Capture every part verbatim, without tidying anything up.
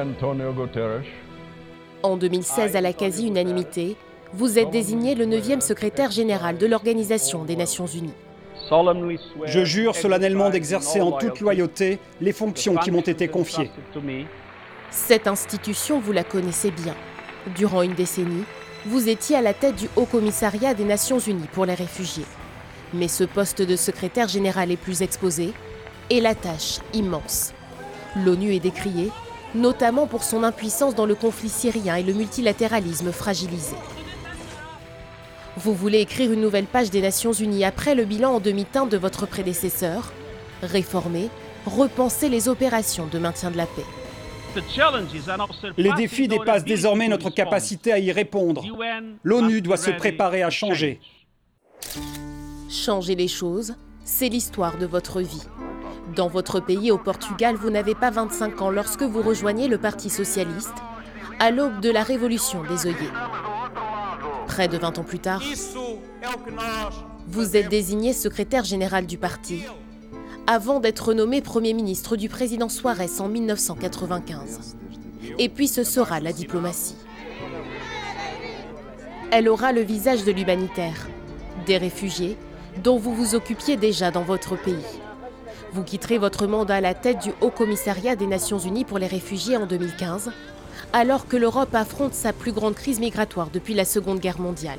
Antonio Guterres. En deux mille seize, à la quasi-unanimité, vous êtes désigné le neuvième secrétaire général de l'Organisation des Nations Unies. Je jure solennellement d'exercer en toute loyauté les fonctions qui m'ont été confiées. Cette institution, vous la connaissez bien. Durant une décennie, vous étiez à la tête du Haut Commissariat des Nations Unies pour les réfugiés. Mais ce poste de secrétaire général est plus exposé et la tâche immense. L'ONU est décriée, notamment pour son impuissance dans le conflit syrien et le multilatéralisme fragilisé. Vous voulez écrire une nouvelle page des Nations Unies après le bilan en demi-teinte de votre prédécesseur, réformer, repenser les opérations de maintien de la paix. Les défis dépassent désormais notre capacité à y répondre. L'ONU doit se préparer à changer. Changer les choses, c'est l'histoire de votre vie. Dans votre pays, au Portugal, vous n'avez pas vingt-cinq ans lorsque vous rejoignez le Parti socialiste, à l'aube de la révolution des œillets. Près de vingt ans plus tard, vous êtes désigné secrétaire général du parti, avant d'être nommé Premier ministre du président Suarez en mille neuf cent quatre-vingt-quinze. Et puis ce sera la diplomatie. Elle aura le visage de l'humanitaire, des réfugiés dont vous vous occupiez déjà dans votre pays. Vous quitterez votre mandat à la tête du Haut Commissariat des Nations Unies pour les réfugiés en deux mille quinze, alors que l'Europe affronte sa plus grande crise migratoire depuis la Seconde Guerre mondiale.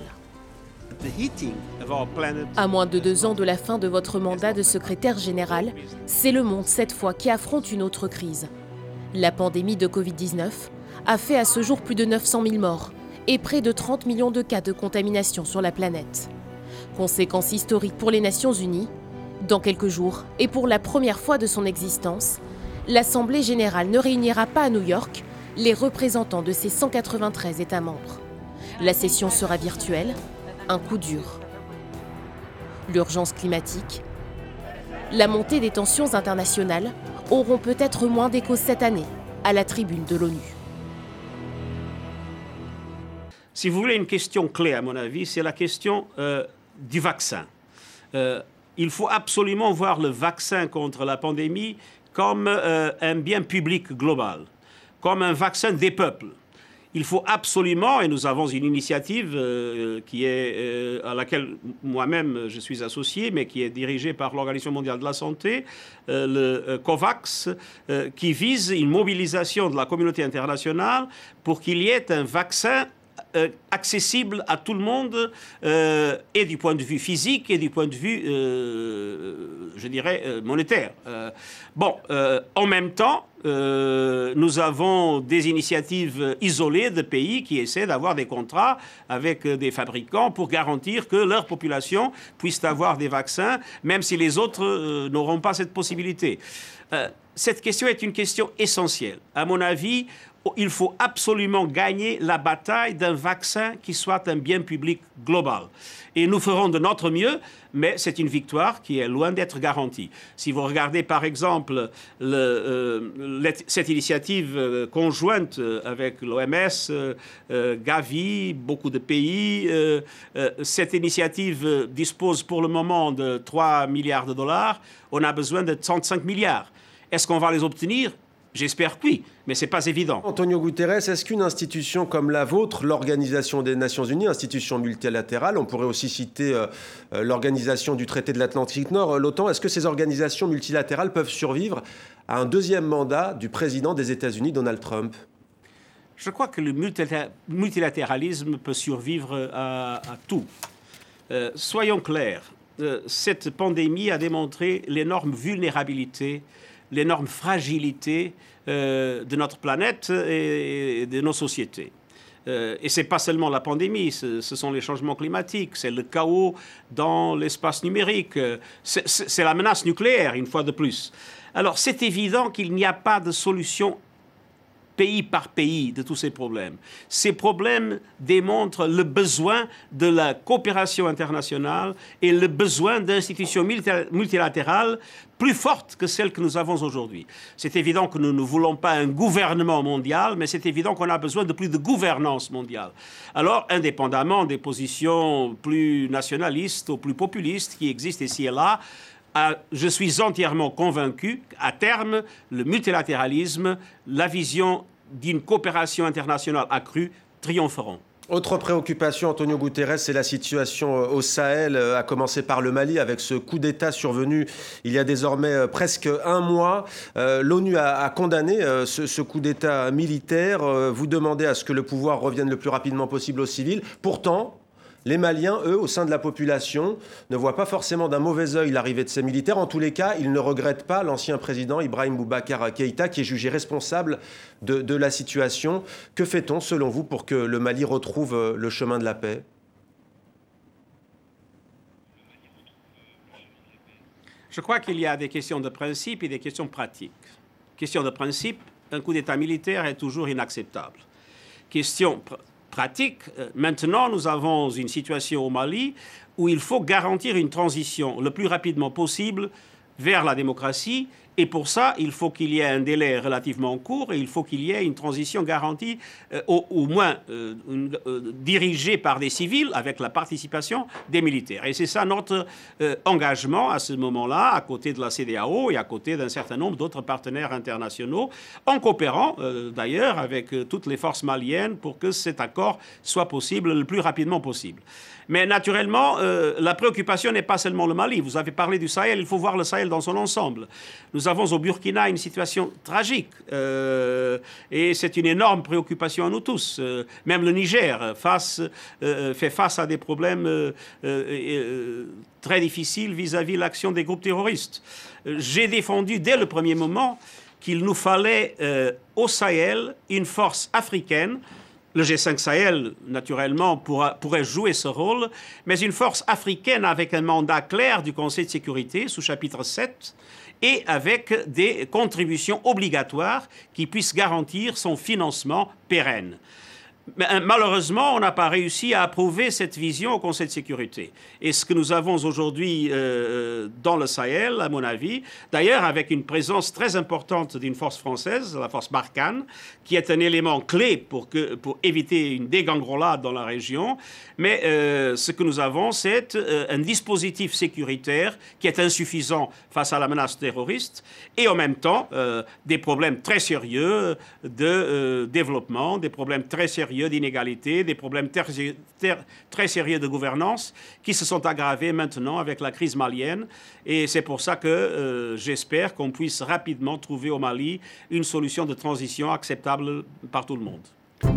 À moins de deux ans de la fin de votre mandat de secrétaire général, c'est le monde cette fois qui affronte une autre crise. La pandémie de covid dix-neuf a fait à ce jour plus de neuf cent mille morts et près de trente millions de cas de contamination sur la planète. Conséquence historique pour les Nations Unies, dans quelques jours, et pour la première fois de son existence, l'Assemblée générale ne réunira pas à New York les représentants de ses cent quatre-vingt-treize États membres. La session sera virtuelle, un coup dur. L'urgence climatique, la montée des tensions internationales auront peut-être moins d'écho cette année à la tribune de l'ONU. Si vous voulez une question clé, à mon avis, c'est la question euh, du vaccin. Euh, il faut absolument voir le vaccin contre la pandémie comme euh, un bien public global, comme un vaccin des peuples. Il faut absolument, et nous avons une initiative euh, qui est, euh, à laquelle moi-même je suis associé, mais qui est dirigée par l'Organisation mondiale de la santé, euh, le euh, COVAX, euh, qui vise une mobilisation de la communauté internationale pour qu'il y ait un vaccin Euh, accessible à tout le monde, euh, et du point de vue physique et du point de vue, euh, je dirais, euh, monétaire. Euh, bon, euh, en même temps, euh, nous avons des initiatives isolées de pays qui essaient d'avoir des contrats avec des fabricants pour garantir que leur population puisse avoir des vaccins, même si les autres euh, n'auront pas cette possibilité. Euh, cette question est une question essentielle. À mon avis, il faut absolument gagner la bataille d'un vaccin qui soit un bien public global. Et nous ferons de notre mieux, mais c'est une victoire qui est loin d'être garantie. Si vous regardez par exemple le, euh, cette initiative euh, conjointe avec l'O M S, euh, euh, Gavi, beaucoup de pays, euh, euh, cette initiative dispose pour le moment de trois milliards de dollars. On a besoin de trente-cinq milliards. Est-ce qu'on va les obtenir ? J'espère que oui, mais ce n'est pas évident. Antonio Guterres, est-ce qu'une institution comme la vôtre, l'Organisation des Nations Unies, institution multilatérale, on pourrait aussi citer euh, l'Organisation du traité de l'Atlantique Nord, l'OTAN, est-ce que ces organisations multilatérales peuvent survivre à un deuxième mandat du président des États-Unis, Donald Trump ? Je crois que le multilatéralisme peut survivre à, à tout. Euh, soyons clairs, euh, cette pandémie a démontré l'énorme vulnérabilité, l'énorme fragilité euh, de notre planète et de nos sociétés. Euh, et ce n'est pas seulement la pandémie, ce, ce sont les changements climatiques, c'est le chaos dans l'espace numérique, c'est, c'est la menace nucléaire, une fois de plus. Alors, c'est évident qu'il n'y a pas de solution pays par pays de tous ces problèmes. Ces problèmes démontrent le besoin de la coopération internationale et le besoin d'institutions multilatérales plus fortes que celles que nous avons aujourd'hui. C'est évident que nous ne voulons pas un gouvernement mondial, mais c'est évident qu'on a besoin de plus de gouvernance mondiale. Alors, indépendamment des positions plus nationalistes ou plus populistes qui existent ici et là, Euh, je suis entièrement convaincu qu'à terme, le multilatéralisme, la vision d'une coopération internationale accrue triompheront. Autre préoccupation, Antonio Guterres, c'est la situation au Sahel, à commencer par le Mali, avec ce coup d'État survenu il y a désormais presque un mois. Euh, L'ONU a, a condamné euh, ce, ce coup d'État militaire. Euh, vous demandez à ce que le pouvoir revienne le plus rapidement possible aux civils. Pourtant, les Maliens, eux, au sein de la population, ne voient pas forcément d'un mauvais œil l'arrivée de ces militaires. En tous les cas, ils ne regrettent pas l'ancien président Ibrahim Boubacar Keïta, qui est jugé responsable de, de la situation. Que fait-on, selon vous, pour que le Mali retrouve le chemin de la paix ? Je crois qu'il y a des questions de principe et des questions pratiques. Question de principe, un coup d'État militaire est toujours inacceptable. Question pr- pratique, maintenant nous avons une situation au Mali où il faut garantir une transition le plus rapidement possible vers la démocratie. Et pour ça, il faut qu'il y ait un délai relativement court et il faut qu'il y ait une transition garantie, euh, au, au moins euh, euh, dirigée par des civils avec la participation des militaires. Et c'est ça notre euh, engagement à ce moment-là, à côté de la C E D E A O et à côté d'un certain nombre d'autres partenaires internationaux, en coopérant euh, d'ailleurs avec euh, toutes les forces maliennes pour que cet accord soit possible le plus rapidement possible. Mais naturellement, euh, la préoccupation n'est pas seulement le Mali. Vous avez parlé du Sahel, il faut voir le Sahel dans son ensemble. Nous avons au Burkina une situation tragique euh, et c'est une énorme préoccupation à nous tous. Euh, même le Niger face, euh, fait face à des problèmes euh, euh, très difficiles vis-à-vis de l'action des groupes terroristes. J'ai défendu dès le premier moment qu'il nous fallait euh, au Sahel une force africaine. Le G cinq Sahel, naturellement, pourra, pourrait jouer ce rôle, mais une force africaine avec un mandat clair du Conseil de sécurité, sous chapitre sept, et avec des contributions obligatoires qui puissent garantir son financement pérenne. Mais, malheureusement, on n'a pas réussi à approuver cette vision au Conseil de sécurité. Et ce que nous avons aujourd'hui euh, dans le Sahel, à mon avis, d'ailleurs avec une présence très importante d'une force française, la force Barkhane, qui est un élément clé pour, que, pour éviter une dégangolade dans la région. Mais euh, ce que nous avons, c'est euh, un dispositif sécuritaire qui est insuffisant face à la menace terroriste et en même temps euh, des problèmes très sérieux de euh, développement, des problèmes très sérieux d'inégalité, des problèmes ter- ter- très sérieux de gouvernance qui se sont aggravés maintenant avec la crise malienne. Et c'est pour ça que euh, j'espère qu'on puisse rapidement trouver au Mali une solution de transition acceptable par tout le monde.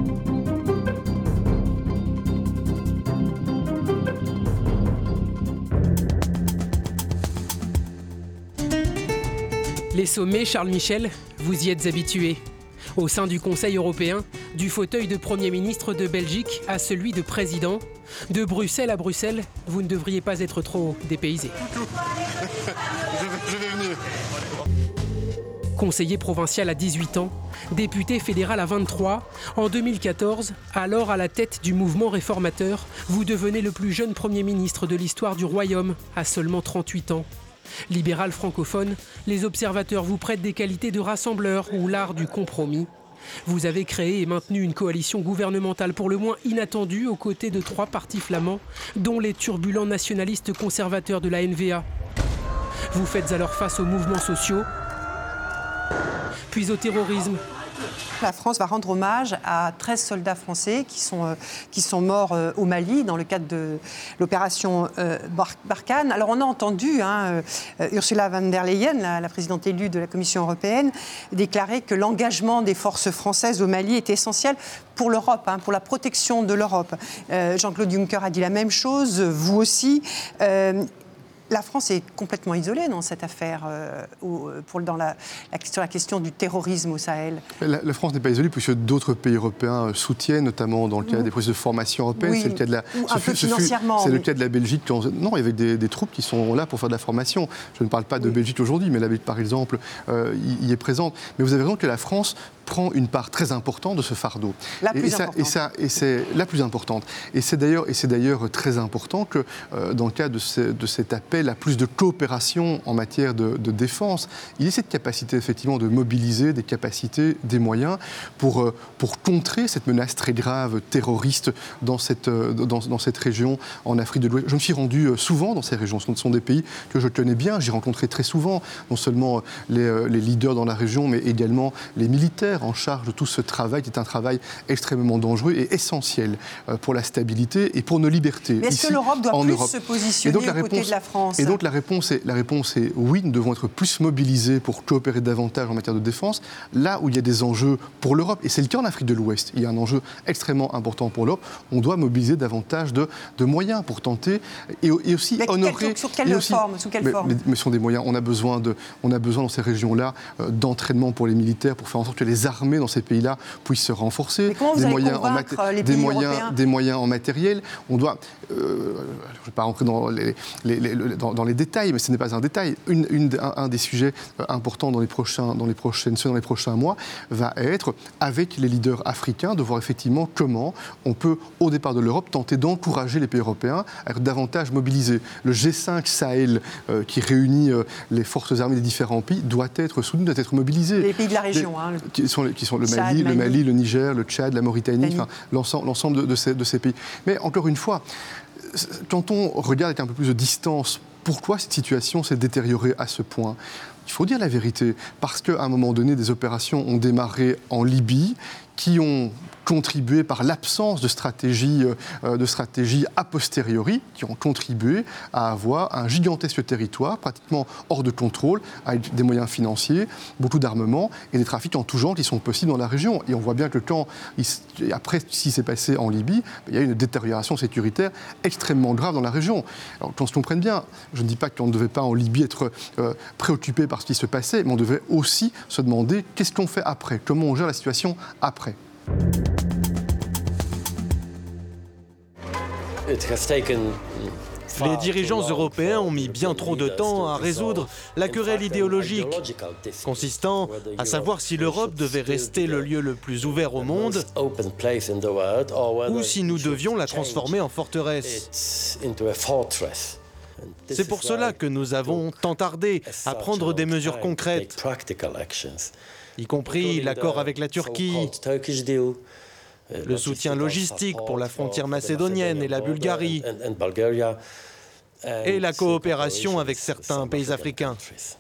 Les sommets, Charles Michel, vous y êtes habitués. Au sein du Conseil européen, du fauteuil de Premier ministre de Belgique à celui de président, de Bruxelles à Bruxelles, vous ne devriez pas être trop dépaysé. Je vais venir. Conseiller provincial à dix-huit ans, député fédéral à vingt-trois, en deux mille quatorze, alors à la tête du mouvement réformateur, vous devenez le plus jeune Premier ministre de l'histoire du Royaume à seulement trente-huit ans. Libéral francophone, les observateurs vous prêtent des qualités de rassembleur ou l'art du compromis. Vous avez créé et maintenu une coalition gouvernementale pour le moins inattendue aux côtés de trois partis flamands, dont les turbulents nationalistes conservateurs de la N V A. Vous faites alors face aux mouvements sociaux, puis au terrorisme. La France va rendre hommage à treize soldats français qui sont, euh, qui sont morts euh, au Mali dans le cadre de l'opération euh, Bar- Barkhane. Alors on a entendu hein, euh, Ursula von der Leyen, la, la présidente élue de la Commission européenne, déclarer que l'engagement des forces françaises au Mali est essentiel pour l'Europe, hein, pour la protection de l'Europe. Euh, Jean-Claude Juncker a dit la même chose, vous aussi. Euh, La France est complètement isolée dans cette affaire, euh, pour, dans la, la, sur la question du terrorisme au Sahel. La, la France n'est pas isolée puisque d'autres pays européens soutiennent, notamment dans le cadre mmh. des processus de formation européenne. Oui, c'est le cas de la, ou un peu financièrement. C'est oui. le cas de la Belgique. Qui ont, non, avec des, des troupes qui sont là pour faire de la formation. Je ne parle pas de oui. Belgique aujourd'hui, mais la Belgique, par exemple, euh, y, y est présente. Mais vous avez raison que la France prend une part très importante de ce fardeau. La plus et, ça, importante. Et, ça, et c'est la plus importante. Et c'est d'ailleurs, et c'est d'ailleurs très important que, euh, dans le cadre de, ce, de cet appel à plus de coopération en matière de, de défense, il y ait cette capacité effectivement de mobiliser des capacités, des moyens pour, euh, pour contrer cette menace très grave terroriste dans cette, euh, dans, dans cette région en Afrique de l'Ouest. Je me suis rendu souvent dans ces régions. Ce sont des pays que je connais bien. J'ai rencontré très souvent non seulement les, les leaders dans la région, mais également les militaires commissaire en charge de tout ce travail, qui est un travail extrêmement dangereux et essentiel pour la stabilité et pour nos libertés. Mais est-ce ici, que l'Europe doit plus Europe. se positionner aux côtés de la France? Et donc la réponse, est, la réponse est oui, nous devons être plus mobilisés pour coopérer davantage en matière de défense, là où il y a des enjeux pour l'Europe, et c'est le cas en Afrique de l'Ouest, il y a un enjeu extrêmement important pour l'Europe, on doit mobiliser davantage de, de moyens pour tenter, et, et aussi mais honorer... Quel, sur quelle aussi, forme, sous quelle mais, forme mais, mais ce sont des moyens, on a besoin, de, on a besoin dans ces régions-là euh, d'entraînement pour les militaires, pour faire en sorte que les armées dans ces pays-là puissent se renforcer, des moyens, en maté- les des, pays moyens, des moyens en matériel, on doit... Euh, je ne vais pas rentrer dans les, les, les, dans, dans les détails, mais ce n'est pas un détail. Une, une, un, un des sujets importants dans les, prochains, dans les prochaines semaines, dans les prochains mois, va être, avec les leaders africains, de voir effectivement comment on peut, au départ de l'Europe, tenter d'encourager les pays européens à être davantage mobilisés. Le G cinq Sahel, euh, qui réunit euh, les forces armées des différents pays, doit être soutenu, doit être mobilisé. Les pays de la région. Les, hein, le... qui, sont, qui sont le Tchad, Mali, Mali, le Mali, le Niger, le Tchad, la Mauritanie, enfin, l'ensemble, l'ensemble de, de, ces, de ces pays. Mais encore une fois, quand on regarde avec un peu plus de distance, pourquoi cette situation s'est détériorée à ce point ? Il faut dire la vérité, parce qu'à un moment donné, des opérations ont démarré en Libye qui ont contribué par l'absence de stratégie, euh, de stratégie a posteriori, qui ont contribué à avoir un gigantesque territoire, pratiquement hors de contrôle, avec des moyens financiers, beaucoup d'armements et des trafics en tout genre qui sont possibles dans la région. Et on voit bien que quand, il, après ce qui s'est passé en Libye, il y a eu une détérioration sécuritaire extrêmement grave dans la région. Alors qu'on se comprenne bien, je ne dis pas qu'on ne devait pas en Libye être euh, préoccupé par ce qui se passait, mais on devait aussi se demander qu'est-ce qu'on fait après, comment on gère la situation après. Les dirigeants européens ont mis bien trop de temps à résoudre la querelle idéologique, consistant à savoir si l'Europe devait rester le lieu le plus ouvert au monde ou si nous devions la transformer en forteresse. C'est pour cela que nous avons tant tardé à prendre des mesures concrètes, y compris l'accord avec la Turquie, le soutien logistique pour la frontière macédonienne et la Bulgarie, et la coopération avec certains pays africains.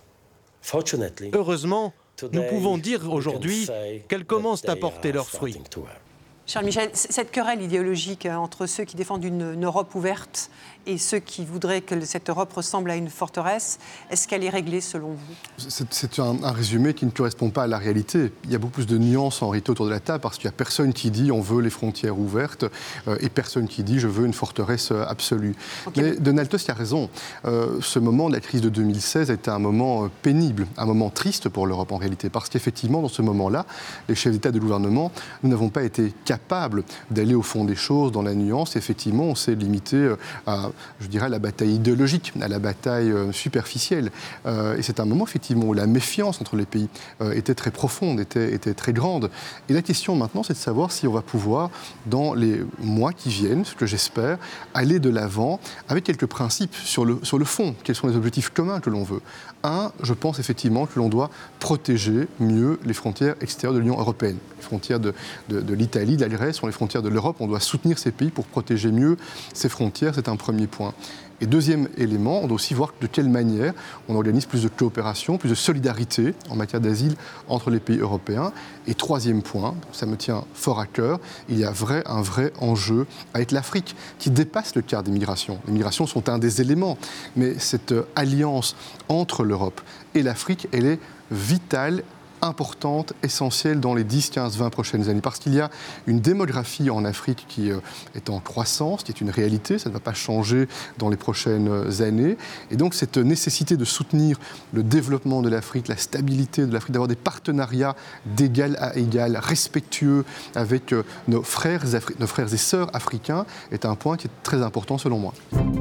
Heureusement, nous pouvons dire aujourd'hui qu'elles commencent à porter leurs fruits. Charles Michel, cette querelle idéologique entre ceux qui défendent une, une Europe ouverte et ceux qui voudraient que cette Europe ressemble à une forteresse, est-ce qu'elle est réglée selon vous ? C'est, c'est un, un résumé qui ne correspond pas à la réalité. Il y a beaucoup plus de nuances en réalité autour de la table parce qu'il n'y a personne qui dit on veut les frontières ouvertes euh, et personne qui dit je veux une forteresse absolue. Okay. Mais Donald Tusk a raison. Euh, ce moment de la crise de deux mille seize a été un moment euh, pénible, un moment triste pour l'Europe en réalité parce qu'effectivement dans ce moment-là, les chefs d'État et de gouvernement, nous n'avons pas été capables d'aller au fond des choses, dans la nuance. Effectivement, on s'est limité à, je dirais, à la bataille idéologique, à la bataille superficielle. Euh, et c'est un moment, effectivement, où la méfiance entre les pays euh, était très profonde, était, était très grande. Et la question maintenant, c'est de savoir si on va pouvoir, dans les mois qui viennent, ce que j'espère, aller de l'avant avec quelques principes sur le, sur le fond. Quels sont les objectifs communs que l'on veut ? Un, je pense effectivement que l'on doit protéger mieux les frontières extérieures de l'Union européenne. Les frontières de, de, de l'Italie, de la Grèce sont les frontières de l'Europe. On doit soutenir ces pays pour protéger mieux ces frontières. C'est un premier point. Et deuxième élément, on doit aussi voir de quelle manière on organise plus de coopération, plus de solidarité en matière d'asile entre les pays européens. Et troisième point, ça me tient fort à cœur, il y a vrai, un vrai enjeu avec l'Afrique qui dépasse le cadre des migrations. Les migrations sont un des éléments, mais cette alliance entre l'Europe et l'Afrique, elle est vitale, importante, essentielle dans les dix, quinze, vingt prochaines années. Parce qu'il y a une démographie en Afrique qui euh, est en croissance, qui est une réalité, ça ne va pas changer dans les prochaines années. Et donc cette nécessité de soutenir le développement de l'Afrique, la stabilité de l'Afrique, d'avoir des partenariats d'égal à égal, respectueux avec euh, nos, frères, Afri- nos frères et sœurs africains, est un point qui est très important selon moi.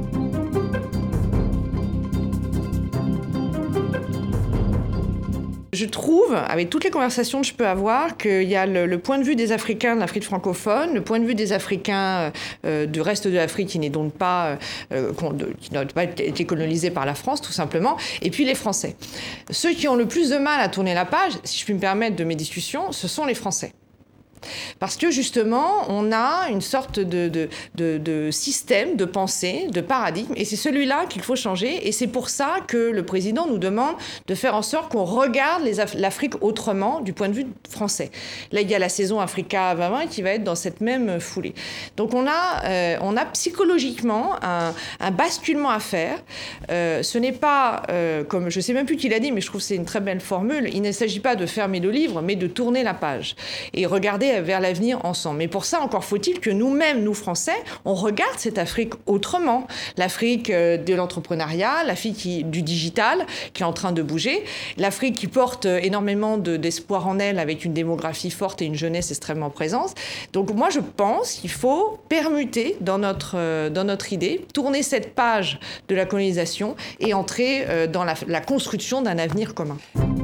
Je trouve, avec toutes les conversations que je peux avoir, qu'il y a le, le point de vue des Africains de l'Afrique francophone, le point de vue des Africains euh, du reste de l'Afrique qui n'est donc pas, euh, qui n'a pas été colonisé par la France, tout simplement, et puis les Français. Ceux qui ont le plus de mal à tourner la page, si je puis me permettre de mes discussions, ce sont les Français. Parce que justement, on a une sorte de, de, de, de système de pensée, de paradigme, et c'est celui-là qu'il faut changer. Et c'est pour ça que le président nous demande de faire en sorte qu'on regarde les Af- l'Afrique autrement du point de vue français. Là, il y a la saison Africa vingt vingt qui va être dans cette même foulée. Donc on a, euh, on a psychologiquement un, un basculement à faire. Euh, ce n'est pas, euh, comme je ne sais même plus qui l'a dit, mais je trouve que c'est une très belle formule, il ne s'agit pas de fermer le livre, mais de tourner la page et regarder vers l'avenir ensemble. Mais pour ça, encore faut-il que nous-mêmes, nous Français, on regarde cette Afrique autrement. L'Afrique de l'entrepreneuriat, l'Afrique qui, du digital, qui est en train de bouger, l'Afrique qui porte énormément de, d'espoir en elle, avec une démographie forte et une jeunesse extrêmement présente. Donc moi, je pense qu'il faut permuter dans notre, dans notre idée, tourner cette page de la colonisation et entrer dans la, la construction d'un avenir commun.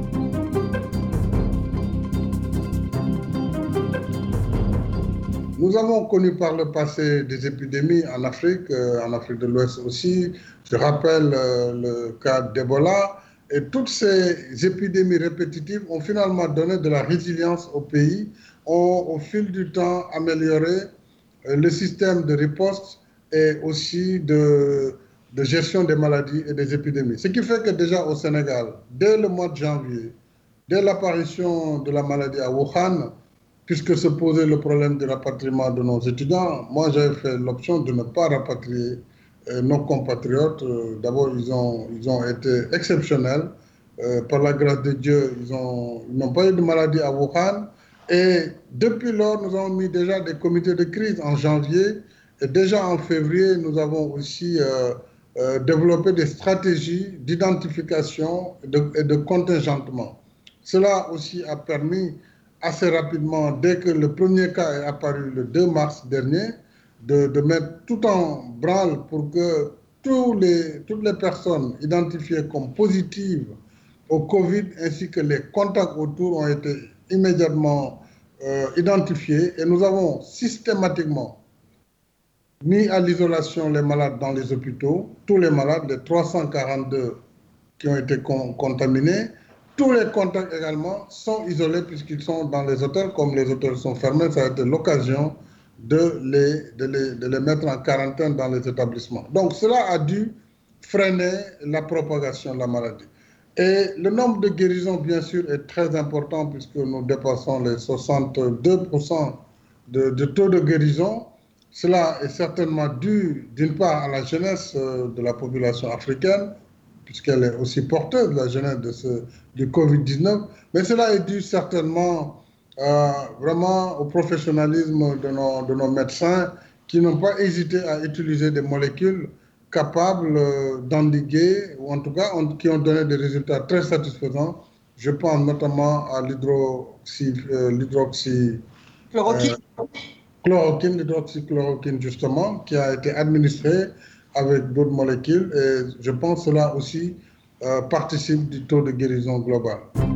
Nous avons connu par le passé des épidémies en Afrique, euh, en Afrique de l'Ouest aussi. Je rappelle euh, le cas d'Ebola. Et toutes ces épidémies répétitives ont finalement donné de la résilience au pays, ont au fil du temps amélioré euh, le système de riposte et aussi de, de gestion des maladies et des épidémies. Ce qui fait que déjà au Sénégal, dès le mois de janvier, dès l'apparition de la maladie à Wuhan, puisque se posait le problème du rapatriement de nos étudiants, moi j'avais fait l'option de ne pas rapatrier euh, nos compatriotes. Euh, D'abord, ils ont, ils ont été exceptionnels. Euh, par la grâce de Dieu, ils n'ont ils n'ont pas eu de maladie à Wuhan. Et depuis lors, nous avons mis déjà des comités de crise en janvier. Et déjà en février, nous avons aussi euh, euh, développé des stratégies d'identification et de, et de contingentement. Cela aussi a permis assez rapidement, dès que le premier cas est apparu le deux mars dernier, de, de mettre tout en branle pour que tous les, toutes les personnes identifiées comme positives au Covid ainsi que les contacts autour ont été immédiatement euh, identifiés et nous avons systématiquement mis à l'isolation les malades dans les hôpitaux, tous les malades, les trois cent quarante-deux qui ont été con- contaminés. Tous les contacts également sont isolés puisqu'ils sont dans les hôtels. Comme les hôtels sont fermés, ça a été l'occasion de les, de, les, de les mettre en quarantaine dans les établissements. Donc cela a dû freiner la propagation de la maladie. Et le nombre de guérisons, bien sûr, est très important puisque nous dépassons les soixante-deux pour cent de, de taux de guérison. Cela est certainement dû, d'une part, à la jeunesse de la population africaine, puisqu'elle est aussi porteuse de la jeunesse de ce, du Covid dix-neuf, mais cela est dû certainement euh, vraiment au professionnalisme de nos, de nos médecins qui n'ont pas hésité à utiliser des molécules capables euh, d'endiguer, ou en tout cas on, qui ont donné des résultats très satisfaisants. Je pense notamment à l'hydroxy... Euh, l'hydroxy Chloroquine. Euh, chloroquine, l'hydroxychloroquine justement, qui a été administrée avec d'autres molécules, et je pense que cela aussi euh, participe du taux de guérison global.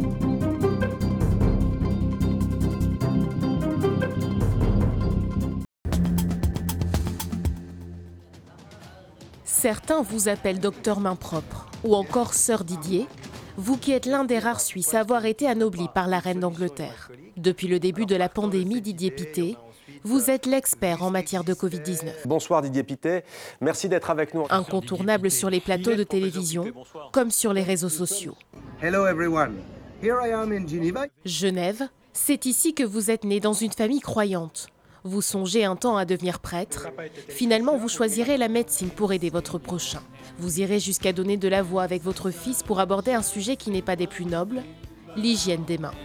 Certains vous appellent docteur main propre ou encore sœur Didier, vous qui êtes l'un des rares Suisses à avoir été anobli par la reine d'Angleterre. Depuis le début de la pandémie, Didier Pittet, vous êtes l'expert en matière de Covid dix-neuf. Bonsoir Didier Pittet, merci d'être avec nous. Incontournable sur les plateaux de télévision comme sur les réseaux sociaux. Hello everyone. Here I am in Geneva. Genève, c'est ici que vous êtes né dans une famille croyante. Vous songez un temps à devenir prêtre. Finalement, vous choisirez la médecine pour aider votre prochain. Vous irez jusqu'à donner de la voix avec votre fils pour aborder un sujet qui n'est pas des plus nobles, l'hygiène des mains.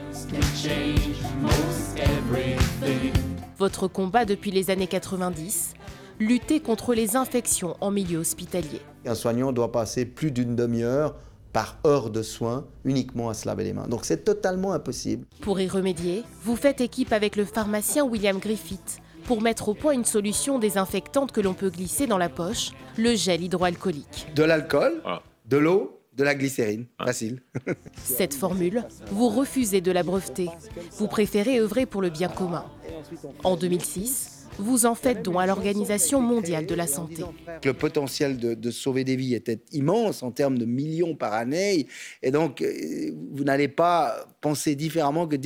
Votre combat depuis les années quatre-vingt-dix, lutter contre les infections en milieu hospitalier. Un soignant doit passer plus d'une demi-heure par heure de soins uniquement à se laver les mains. Donc c'est totalement impossible. Pour y remédier, vous faites équipe avec le pharmacien William Griffith pour mettre au point une solution désinfectante que l'on peut glisser dans la poche, le gel hydroalcoolique. De l'alcool, de l'eau, de la glycérine. Facile. Cette formule, vous refusez de la breveter. Vous préférez œuvrer pour le bien commun. En deux mille six, vous en faites don à l'Organisation mondiale de la santé. Le potentiel de, de sauver des vies était immense en termes de millions par année. Et donc, vous n'allez pas penser différemment que de dire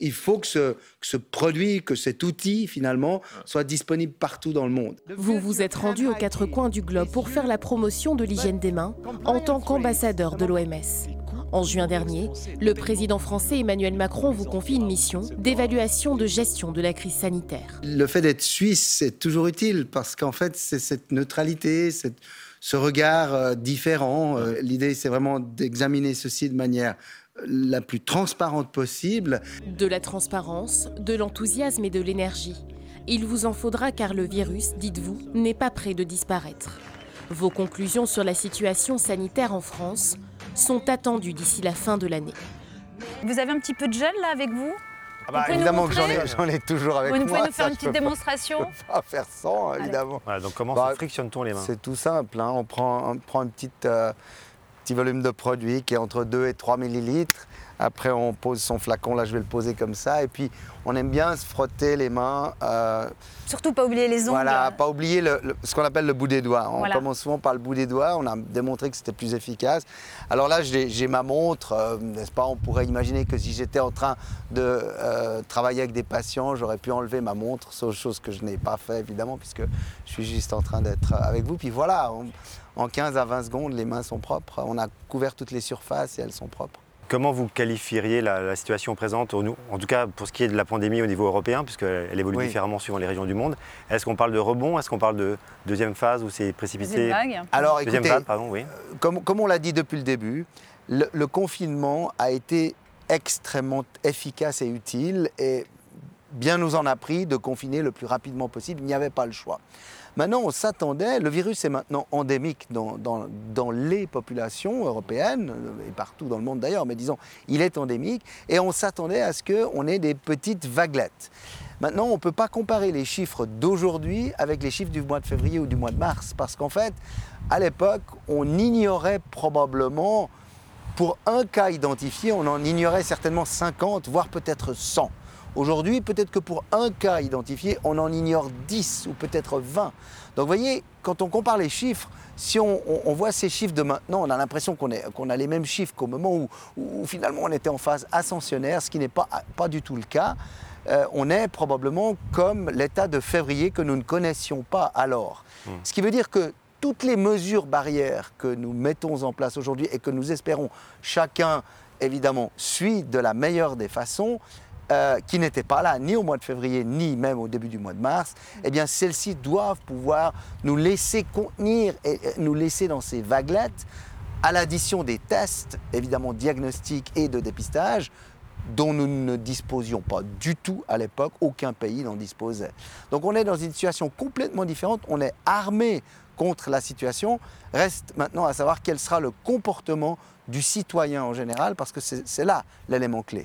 il faut que ce, que ce produit, que cet outil, finalement, soit disponible partout dans le monde. Vous vous êtes rendu aux quatre coins du globe pour faire la promotion de l'hygiène des mains en tant qu'ambassadeur de l'O M S. En juin dernier, le président français Emmanuel Macron vous confie une mission d'évaluation de gestion de la crise sanitaire. Le fait d'être suisse, c'est toujours utile parce qu'en fait, c'est cette neutralité, cette, ce regard euh, différent. Euh, l'idée, c'est vraiment d'examiner ceci de manière la plus transparente possible. De la transparence, de l'enthousiasme et de l'énergie. Il vous en faudra car le virus, dites-vous, n'est pas près de disparaître. Vos conclusions sur la situation sanitaire en France sont attendues d'ici la fin de l'année. Vous avez un petit peu de gel là avec vous? Ah bah, évidemment que j'en ai, j'en ai toujours avec moi. Vous pouvez nous faire ça, une petite démonstration? Pas, je peux pas faire sans, évidemment. Voilà, donc comment bah, se frictionne-t-on les mains? C'est tout simple. Hein. On prend, on prend un petit, euh, petit volume de produit qui est entre deux et trois millilitres. Après, on pose son flacon. Là, je vais le poser comme ça. Et puis, on aime bien se frotter les mains. Euh, Surtout pas oublier les ongles. Voilà, pas oublier le, le, ce qu'on appelle le bout des doigts. On voilà. commence souvent par le bout des doigts. On a démontré que c'était plus efficace. Alors là, j'ai, j'ai ma montre, euh, n'est-ce pas? On pourrait imaginer que si j'étais en train de euh, travailler avec des patients, j'aurais pu enlever ma montre, chose que je n'ai pas fait, évidemment, puisque je suis juste en train d'être avec vous. Puis voilà, on, en quinze à vingt secondes, les mains sont propres. On a couvert toutes les surfaces et elles sont propres. Comment vous qualifieriez la, la situation présente, en tout cas pour ce qui est de la pandémie au niveau européen, puisqu'elle évolue oui. différemment suivant les régions du monde? Est-ce qu'on parle de rebond? Est-ce qu'on parle de deuxième phase où c'est précipité? Deuxième vague. Alors, deuxième écoutez, vague, pardon, oui. comme, comme on l'a dit depuis le début, le, le confinement a été extrêmement efficace et utile et bien nous en a pris de confiner le plus rapidement possible. Il n'y avait pas le choix. Maintenant, on s'attendait, le virus est maintenant endémique dans, dans, dans les populations européennes, et partout dans le monde d'ailleurs, mais disons, il est endémique, et on s'attendait à ce qu'on ait des petites vaguelettes. Maintenant, on ne peut pas comparer les chiffres d'aujourd'hui avec les chiffres du mois de février ou du mois de mars, parce qu'en fait, à l'époque, on ignorait probablement, pour un cas identifié, on en ignorait certainement cinquante, voire peut-être cent. Aujourd'hui, peut-être que pour un cas identifié, on en ignore dix ou peut-être vingt. Donc vous voyez, quand on compare les chiffres, si on, on, on voit ces chiffres de maintenant, on a l'impression qu'on, est, qu'on a les mêmes chiffres qu'au moment où, où finalement on était en phase ascensionnaire, ce qui n'est pas, pas du tout le cas. Euh, on est probablement comme l'état de février que nous ne connaissions pas alors. Mmh. Ce qui veut dire que toutes les mesures barrières que nous mettons en place aujourd'hui et que nous espérons chacun, évidemment, suit de la meilleure des façons, Euh, qui n'étaient pas là ni au mois de février ni même au début du mois de mars, eh bien celles-ci doivent pouvoir nous laisser contenir et nous laisser dans ces vaguelettes à l'addition des tests, évidemment diagnostiques et de dépistage, dont nous ne disposions pas du tout à l'époque, aucun pays n'en disposait. Donc on est dans une situation complètement différente, on est armé contre la situation, reste maintenant à savoir quel sera le comportement du citoyen en général, parce que c'est, c'est là l'élément clé.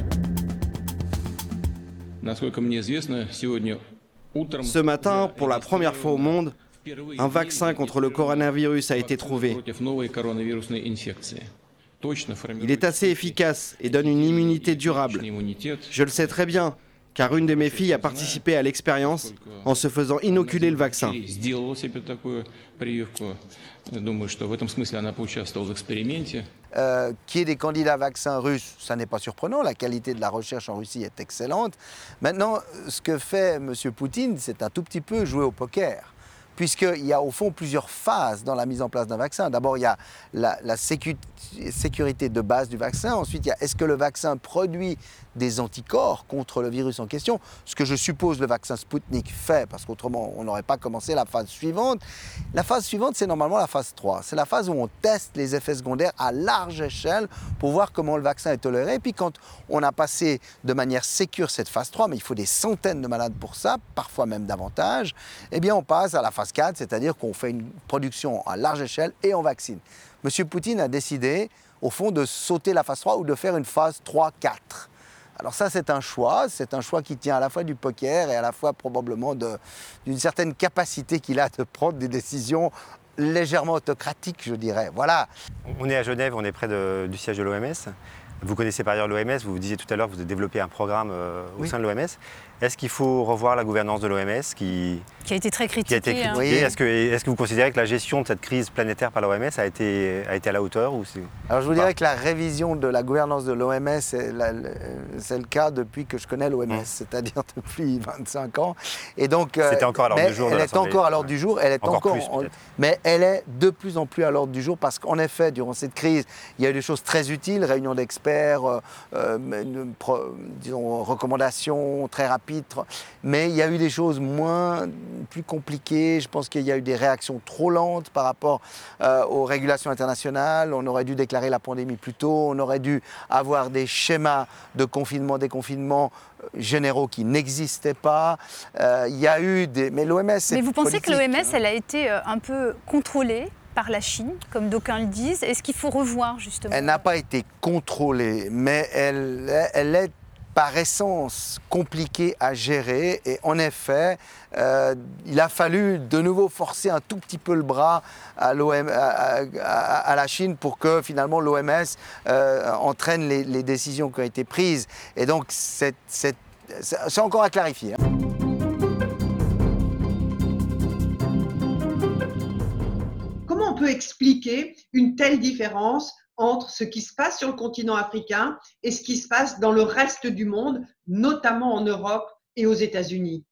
Ce matin, pour la première fois au monde, un vaccin contre le coronavirus a été trouvé. Il est assez efficace et donne une immunité durable. Je le sais très bien, car une de mes filles a participé à l'expérience en se faisant inoculer le vaccin. Euh, qu'il y ait des candidats vaccins russes, ça n'est pas surprenant. La qualité de la recherche en Russie est excellente. Maintenant, ce que fait M. Poutine, c'est un tout petit peu jouer au poker. Puisqu'il y a au fond plusieurs phases dans la mise en place d'un vaccin. D'abord, il y a la, la sécu- sécurité de base du vaccin. Ensuite, il y a est-ce que le vaccin produit des anticorps contre le virus en question, ce que je suppose le vaccin Sputnik fait, parce qu'autrement, on n'aurait pas commencé la phase suivante. La phase suivante, c'est normalement la phase trois. C'est la phase où on teste les effets secondaires à large échelle pour voir comment le vaccin est toléré. Et puis quand on a passé de manière sécure cette phase trois, mais il faut des centaines de malades pour ça, parfois même davantage, eh bien on passe à la phase quatre, c'est-à-dire qu'on fait une production à large échelle et on vaccine. M. Poutine a décidé, au fond, de sauter la phase trois ou de faire une phase trois quatre. Alors ça, c'est un choix, c'est un choix qui tient à la fois du poker et à la fois probablement de, d'une certaine capacité qu'il a de prendre des décisions légèrement autocratiques, je dirais. Voilà. On est à Genève, on est près de, du siège de l'O M S. Vous connaissez par ailleurs l'O M S, vous vous disiez tout à l'heure que vous avez développé un programme euh, au oui. sein de l'O M S. Est-ce qu'il faut revoir la gouvernance de l'O M S qui, qui a été très critiquée. Qui a été critiquée. Hein. Oui. Est-ce que, est-ce que vous considérez que la gestion de cette crise planétaire par l'O M S a été, a été à la hauteur ou c'est... Alors je vous dirais que la révision de la gouvernance de l'O M S, c'est, la, c'est le cas depuis que je connais l'O M S, mmh. c'est-à-dire depuis vingt-cinq ans. Et donc, C'était encore à l'ordre du jour. Elle est encore à l'ordre du jour. Elle est encore, encore plus, en, mais elle est de plus en plus à l'ordre du jour parce qu'en effet, durant cette crise, il y a eu des choses très utiles, réunions d'experts, euh, euh, une, pro, disons, recommandations très rapides. Mais il y a eu des choses moins, plus compliquées. Je pense qu'il y a eu des réactions trop lentes par rapport euh, aux régulations internationales. On aurait dû déclarer la pandémie plus tôt. On aurait dû avoir des schémas de confinement, déconfinement généraux qui n'existaient pas. Euh, il y a eu des... Mais l'O M S, c'est Mais vous pensez politique, que l'O M S, hein. elle a été un peu contrôlée par la Chine, comme d'aucuns le disent? Est-ce qu'il faut revoir, justement? Elle n'a pas été contrôlée, mais elle, elle est par essence compliqué à gérer et en effet, euh, il a fallu de nouveau forcer un tout petit peu le bras à, l'O M, à, à, à la Chine pour que finalement l'O M S euh, entraîne les, les décisions qui ont été prises. Et donc, c'est, c'est, c'est encore à clarifier. Hein. Comment on peut expliquer une telle différence entre ce qui se passe sur le continent africain et ce qui se passe dans le reste du monde, notamment en Europe et aux États-Unis?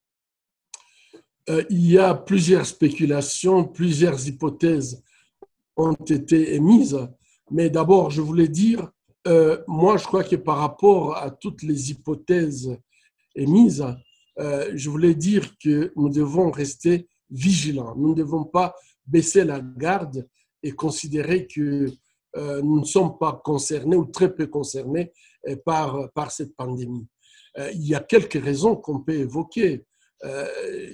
Euh, il y a plusieurs spéculations, plusieurs hypothèses ont été émises. Mais d'abord, je voulais dire, euh, moi, je crois que par rapport à toutes les hypothèses émises, euh, je voulais dire que nous devons rester vigilants. Nous ne devons pas baisser la garde et considérer que Euh, nous ne sommes pas concernés ou très peu concernés euh, par, par cette pandémie. Euh, il y a quelques raisons qu'on peut évoquer. Euh,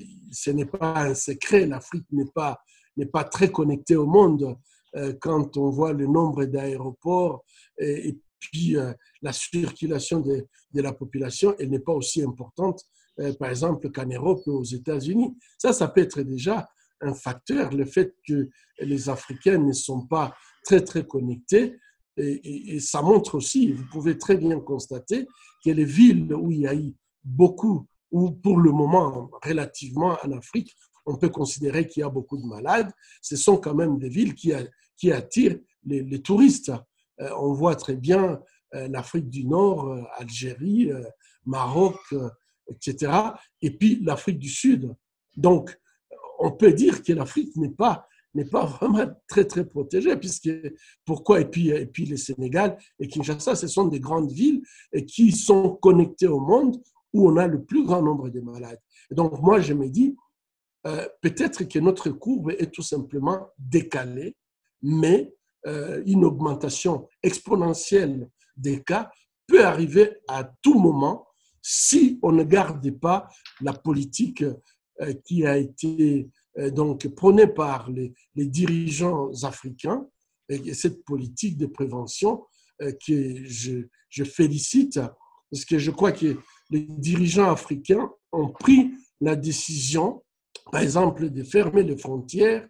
ce n'est pas un secret, l'Afrique n'est pas, n'est pas très connectée au monde euh, quand on voit le nombre d'aéroports et, et puis euh, la circulation de, de la population, elle n'est pas aussi importante, euh, par exemple, qu'en Europe ou aux États-Unis. Ça, ça peut être déjà un facteur, le fait que les Africains ne sont pas très, très connectés. Et, et, et ça montre aussi, vous pouvez très bien constater que les villes où il y a eu beaucoup, ou pour le moment, relativement en Afrique, on peut considérer qu'il y a beaucoup de malades, ce sont quand même des villes qui, a, qui attirent les, les touristes. Euh, on voit très bien euh, l'Afrique du Nord, euh, Algérie, euh, Maroc, euh, et cetera. Et puis l'Afrique du Sud. Donc, on peut dire que l'Afrique n'est pas, n'est pas vraiment très, très protégée, puisque pourquoi? Et puis, et puis le Sénégal et Kinshasa, ce sont des grandes villes qui sont connectées au monde où on a le plus grand nombre de malades. Et donc, moi, je me dis, euh, peut-être que notre courbe est tout simplement décalée, mais euh, une augmentation exponentielle des cas peut arriver à tout moment si on ne garde pas la politique qui a été donc prônée par les, les dirigeants africains, et cette politique de prévention que je, je félicite, parce que je crois que les dirigeants africains ont pris la décision, par exemple, de fermer les frontières,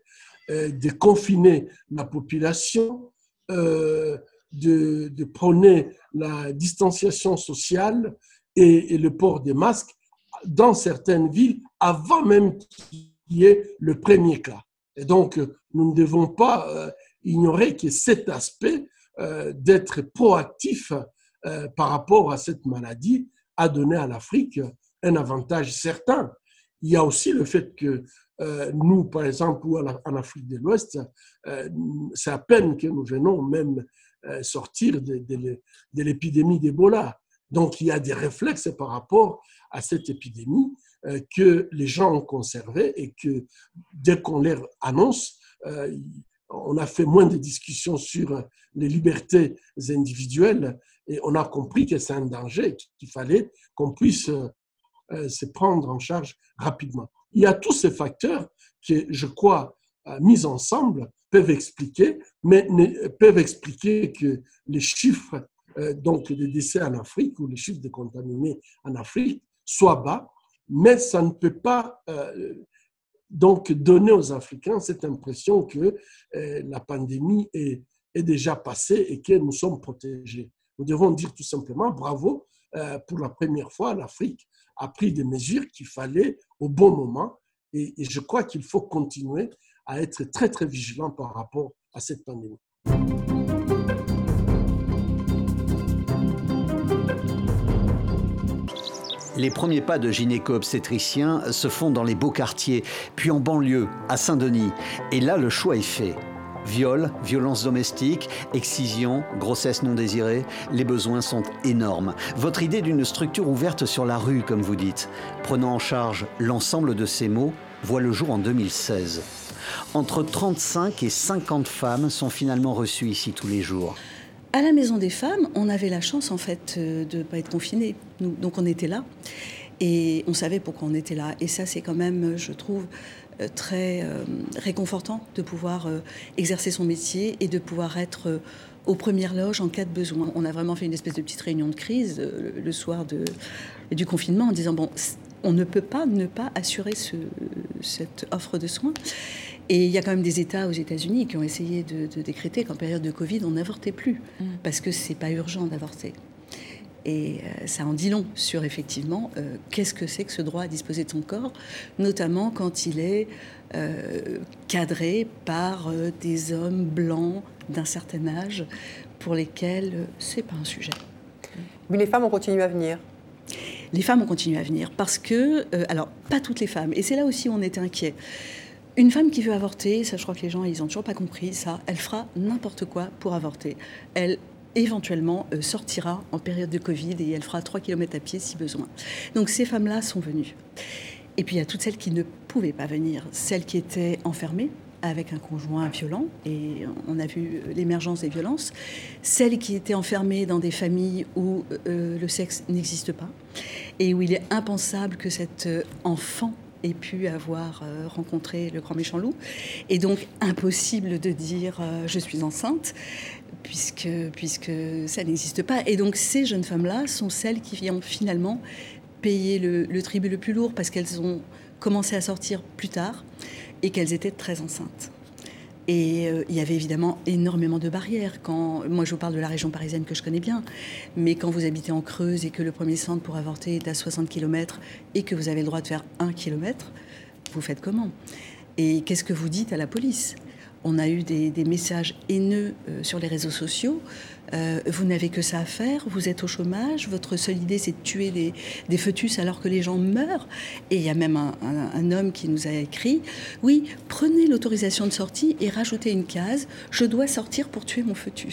de confiner la population, de, de prôner la distanciation sociale et, et le port des masques dans certaines villes, avant même qu'il y ait le premier cas. Et donc, nous ne devons pas euh, ignorer que cet aspect euh, d'être proactif euh, par rapport à cette maladie a donné à l'Afrique un avantage certain. Il y a aussi le fait que euh, nous, par exemple, en Afrique de l'Ouest, euh, c'est à peine que nous venons même euh, sortir de, de, de l'épidémie d'Ebola. Donc, il y a des réflexes par rapport à cette épidémie euh, que les gens ont conservé et que dès qu'on les annonce, euh, on a fait moins de discussions sur les libertés individuelles et on a compris que c'est un danger, qu'il fallait qu'on puisse euh, se prendre en charge rapidement. Il y a tous ces facteurs que, je crois, euh, mis ensemble, peuvent expliquer, mais ne, peuvent expliquer que les chiffres donc des décès en Afrique ou les chiffres de contaminés en Afrique soient bas, mais ça ne peut pas euh, donc donner aux Africains cette impression que euh, la pandémie est, est déjà passée et que nous sommes protégés. Nous devons dire tout simplement bravo, euh, pour la première fois, l'Afrique a pris des mesures qu'il fallait au bon moment. Et, et je crois qu'il faut continuer à être très, très vigilant par rapport à cette pandémie. Les premiers pas de gynéco-obstétriciens se font dans les beaux quartiers, puis en banlieue, à Saint-Denis. Et là, le choix est fait. Viol, violences domestiques, excision, grossesse non désirée, les besoins sont énormes. Votre idée d'une structure ouverte sur la rue, comme vous dites, prenant en charge l'ensemble de ces maux, voit le jour en deux mille seize. Entre trente-cinq et cinquante femmes sont finalement reçues ici tous les jours. À la Maison des Femmes, on avait la chance en fait de ne pas être confinés. Nous, donc on était là et on savait pourquoi on était là. Et ça, c'est quand même, je trouve, très euh, réconfortant de pouvoir euh, exercer son métier et de pouvoir être euh, aux premières loges en cas de besoin. On a vraiment fait une espèce de petite réunion de crise euh, le, le soir de, du confinement en disant bon, on ne peut pas ne pas assurer ce, cette offre de soins. Et il y a quand même des États aux États-Unis qui ont essayé de, de décréter qu'en période de Covid, on n'avortait plus, mmh. parce que c'est pas urgent d'avorter. Et euh, ça en dit long sur, effectivement, euh, qu'est-ce que c'est que ce droit à disposer de son corps, notamment quand il est euh, cadré par euh, des hommes blancs d'un certain âge pour lesquels euh, c'est pas un sujet. Mais les femmes ont continué à venir. Les femmes ont continué à venir parce que, euh, alors, pas toutes les femmes, et c'est là aussi où on était inquiets. Une femme qui veut avorter, ça je crois que les gens ils ont toujours pas compris ça, elle fera n'importe quoi pour avorter. Elle éventuellement euh, sortira en période de Covid et elle fera trois kilomètres à pied si besoin. Donc ces femmes-là sont venues. Et puis il y a toutes celles qui ne pouvaient pas venir, celles qui étaient enfermées avec un conjoint violent, et on a vu l'émergence des violences, celles qui étaient enfermées dans des familles où euh, le sexe n'existe pas et où il est impensable que cet enfant ait pu avoir euh, rencontré le grand méchant loup, et donc impossible de dire euh, je suis enceinte, puisque, puisque ça n'existe pas. Et donc ces jeunes femmes-là sont celles qui ont finalement payé le, le tribut le plus lourd, parce qu'elles ont commencé à sortir plus tard et qu'elles étaient très enceintes. Et euh, il y avait évidemment énormément de barrières. Quand, moi, je vous parle de la région parisienne que je connais bien, mais quand vous habitez en Creuse et que le premier centre pour avorter est à soixante kilomètres et que vous avez le droit de faire un kilomètre, vous faites comment? Et qu'est-ce que vous dites à la police? On a eu des, des messages haineux euh, sur les réseaux sociaux. Euh, vous n'avez que ça à faire, vous êtes au chômage, votre seule idée c'est de tuer des, des fœtus alors que les gens meurent. Et il y a même un, un, un homme qui nous a écrit « Oui, prenez l'autorisation de sortie et rajoutez une case, je dois sortir pour tuer mon fœtus ».